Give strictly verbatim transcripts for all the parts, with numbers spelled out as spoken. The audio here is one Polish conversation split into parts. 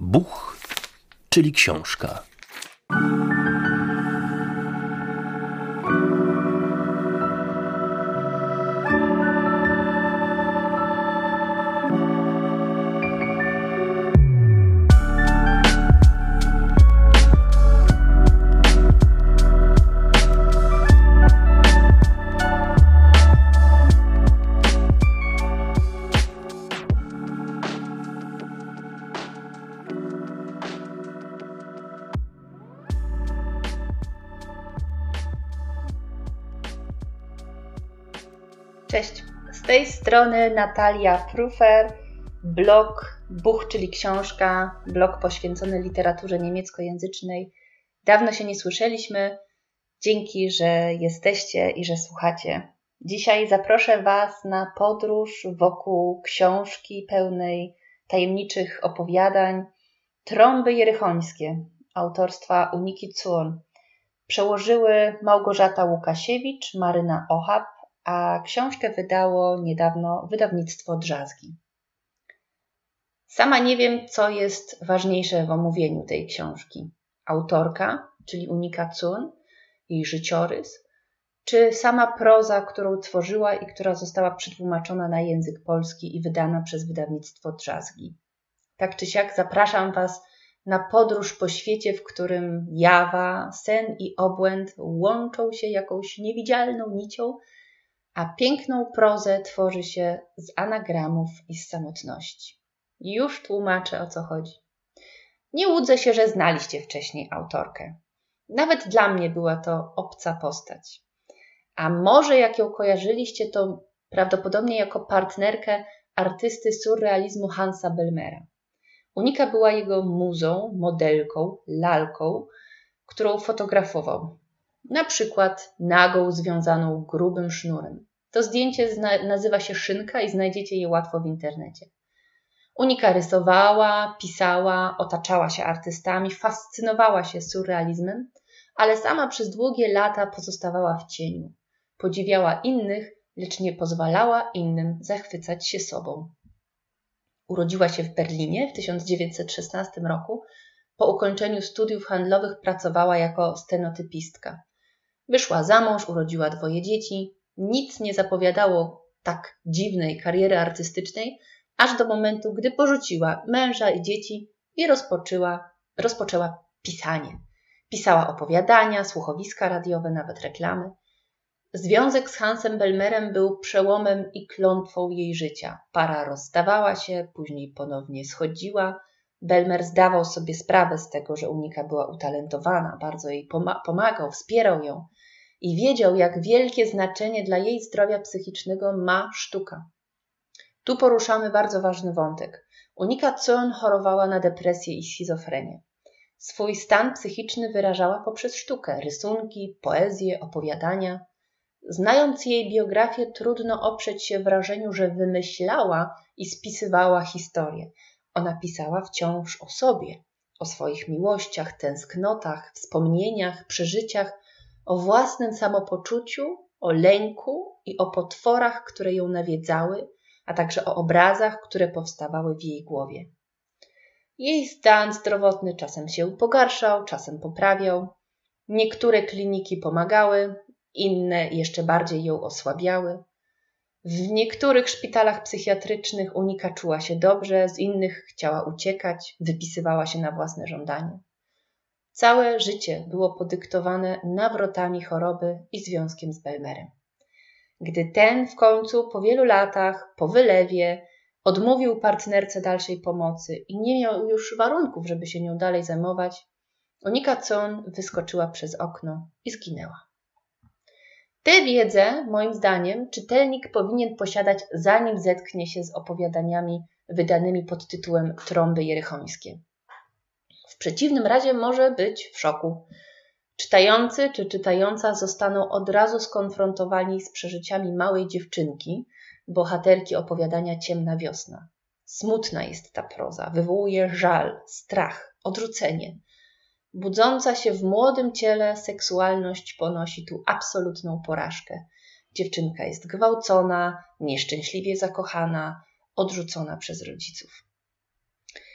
Buch, czyli książka. Cześć, z tej strony Natalia Prufer, blog Buch, czyli książka, blog poświęcony literaturze niemieckojęzycznej. Dawno się nie słyszeliśmy, dzięki, że jesteście i że słuchacie. Dzisiaj zaproszę Was na podróż wokół książki pełnej tajemniczych opowiadań Trąby Jerychońskie autorstwa Uniki Zorn. Przełożyły Małgorzata Łukasiewicz, Maryna Ochab, a książkę wydało niedawno wydawnictwo Drzazgi. Sama nie wiem, co jest ważniejsze w omówieniu tej książki. Autorka, czyli Unika Zorn, jej życiorys, czy sama proza, którą tworzyła i która została przetłumaczona na język polski i wydana przez wydawnictwo Drzazgi. Tak czy siak zapraszam Was na podróż po świecie, w którym jawa, sen i obłęd łączą się jakąś niewidzialną nicią, a piękną prozę tworzy się z anagramów i z samotności. Już tłumaczę, o co chodzi. Nie łudzę się, że znaliście wcześniej autorkę. Nawet dla mnie była to obca postać. A może jak ją kojarzyliście, to prawdopodobnie jako partnerkę artysty surrealizmu Hansa Bellmera. Unika była jego muzą, modelką, lalką, którą fotografował. Na przykład nagą związaną grubym sznurem. To zdjęcie zna- nazywa się Szynka i znajdziecie je łatwo w internecie. Unika rysowała, pisała, otaczała się artystami, fascynowała się surrealizmem, ale sama przez długie lata pozostawała w cieniu. Podziwiała innych, lecz nie pozwalała innym zachwycać się sobą. Urodziła się w Berlinie w tysiąc dziewięćset szesnastym roku. Po ukończeniu studiów handlowych pracowała jako stenotypistka. Wyszła za mąż, urodziła dwoje dzieci. Nic nie zapowiadało tak dziwnej kariery artystycznej, aż do momentu, gdy porzuciła męża i dzieci i rozpoczęła, rozpoczęła pisanie. Pisała opowiadania, słuchowiska radiowe, nawet reklamy. Związek z Hansem Bellmerem był przełomem i klątwą jej życia. Para rozstawała się, później ponownie schodziła. Bellmer zdawał sobie sprawę z tego, że Unika była utalentowana, bardzo jej pomagał, wspierał ją i wiedział, jak wielkie znaczenie dla jej zdrowia psychicznego ma sztuka. Tu poruszamy bardzo ważny wątek. Unika Zorn chorowała na depresję i schizofrenię. Swój stan psychiczny wyrażała poprzez sztukę, rysunki, poezję, opowiadania. Znając jej biografię, trudno oprzeć się wrażeniu, że wymyślała i spisywała historię. Ona pisała wciąż o sobie, o swoich miłościach, tęsknotach, wspomnieniach, przeżyciach, o własnym samopoczuciu, o lęku i o potworach, które ją nawiedzały, a także o obrazach, które powstawały w jej głowie. Jej stan zdrowotny czasem się pogarszał, czasem poprawiał. Niektóre kliniki pomagały, inne jeszcze bardziej ją osłabiały. W niektórych szpitalach psychiatrycznych Unika czuła się dobrze, z innych chciała uciekać, wypisywała się na własne żądanie. Całe życie było podyktowane nawrotami choroby i związkiem z Bellmerem. Gdy ten w końcu po wielu latach, po wylewie, odmówił partnerce dalszej pomocy i nie miał już warunków, żeby się nią dalej zajmować, Unika Zorn wyskoczyła przez okno i zginęła. Tę wiedzę, moim zdaniem, czytelnik powinien posiadać, zanim zetknie się z opowiadaniami wydanymi pod tytułem Trąby Jerychońskie. W przeciwnym razie może być w szoku. Czytający czy czytająca zostaną od razu skonfrontowani z przeżyciami małej dziewczynki, bohaterki opowiadania Ciemna wiosna. Smutna jest ta proza, wywołuje żal, strach, odrzucenie. Budząca się w młodym ciele seksualność ponosi tu absolutną porażkę. Dziewczynka jest gwałcona, nieszczęśliwie zakochana, odrzucona przez rodziców.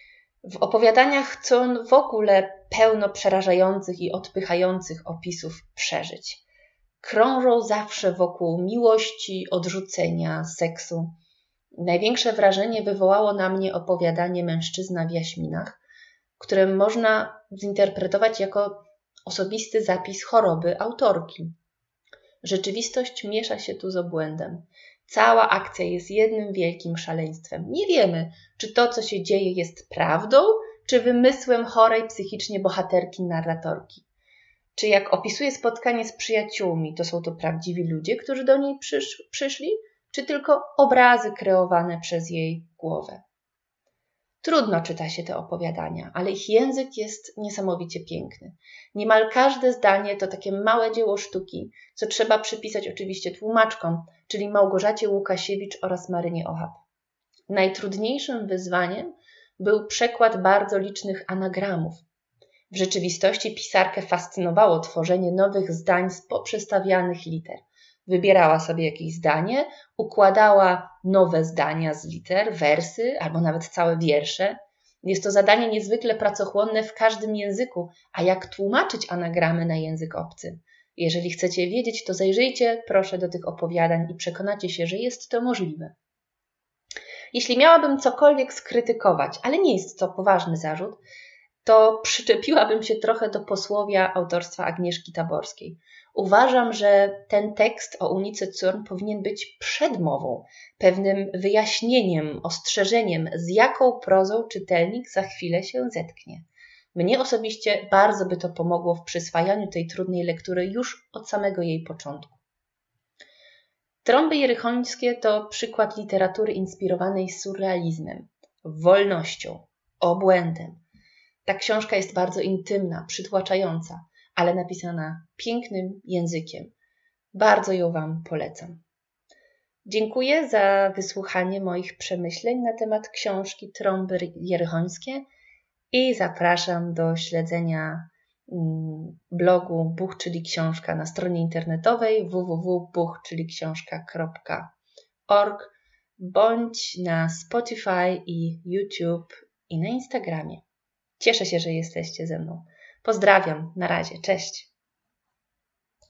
W opowiadaniach Cun w ogóle pełno przerażających i odpychających opisów przeżyć. Krążą zawsze wokół miłości, odrzucenia, seksu. Największe wrażenie wywołało na mnie opowiadanie Mężczyzna w jaśminach, które można zinterpretować jako osobisty zapis choroby autorki. Rzeczywistość miesza się tu z obłędem. Cała akcja jest jednym wielkim szaleństwem. Nie wiemy, czy to, co się dzieje, jest prawdą, czy wymysłem chorej psychicznie bohaterki narratorki. Czy jak opisuje spotkanie z przyjaciółmi, to są to prawdziwi ludzie, którzy do niej przysz- przyszli, czy tylko obrazy kreowane przez jej głowę. Trudno czyta się te opowiadania, ale ich język jest niesamowicie piękny. Niemal każde zdanie to takie małe dzieło sztuki, co trzeba przypisać oczywiście tłumaczkom, czyli Małgorzacie Łukasiewicz oraz Marynie Ochab. Najtrudniejszym wyzwaniem był przekład bardzo licznych anagramów. W rzeczywistości pisarkę fascynowało tworzenie nowych zdań z poprzestawianych liter. Wybierała sobie jakieś zdanie, układała nowe zdania z liter, wersy albo nawet całe wiersze. Jest to zadanie niezwykle pracochłonne w każdym języku, a jak tłumaczyć anagramy na język obcy? Jeżeli chcecie wiedzieć, to zajrzyjcie proszę do tych opowiadań i przekonacie się, że jest to możliwe. Jeśli miałabym cokolwiek skrytykować, ale nie jest to poważny zarzut, to przyczepiłabym się trochę do posłowia autorstwa Agnieszki Taborskiej. Uważam, że ten tekst o Unice Cun powinien być przedmową, pewnym wyjaśnieniem, ostrzeżeniem, z jaką prozą czytelnik za chwilę się zetknie. Mnie osobiście bardzo by to pomogło w przyswajaniu tej trudnej lektury już od samego jej początku. Trąby jerychońskie to przykład literatury inspirowanej surrealizmem, wolnością, obłędem. Ta książka jest bardzo intymna, przytłaczająca, ale napisana pięknym językiem. Bardzo ją Wam polecam. Dziękuję za wysłuchanie moich przemyśleń na temat książki Trąby jerychońskie i zapraszam do śledzenia blogu Buch, czyli książka na stronie internetowej w w w kropka buch czyli książka kropka org bądź na Spotify i YouTube i na Instagramie. Cieszę się, że jesteście ze mną. Pozdrawiam, na razie, cześć.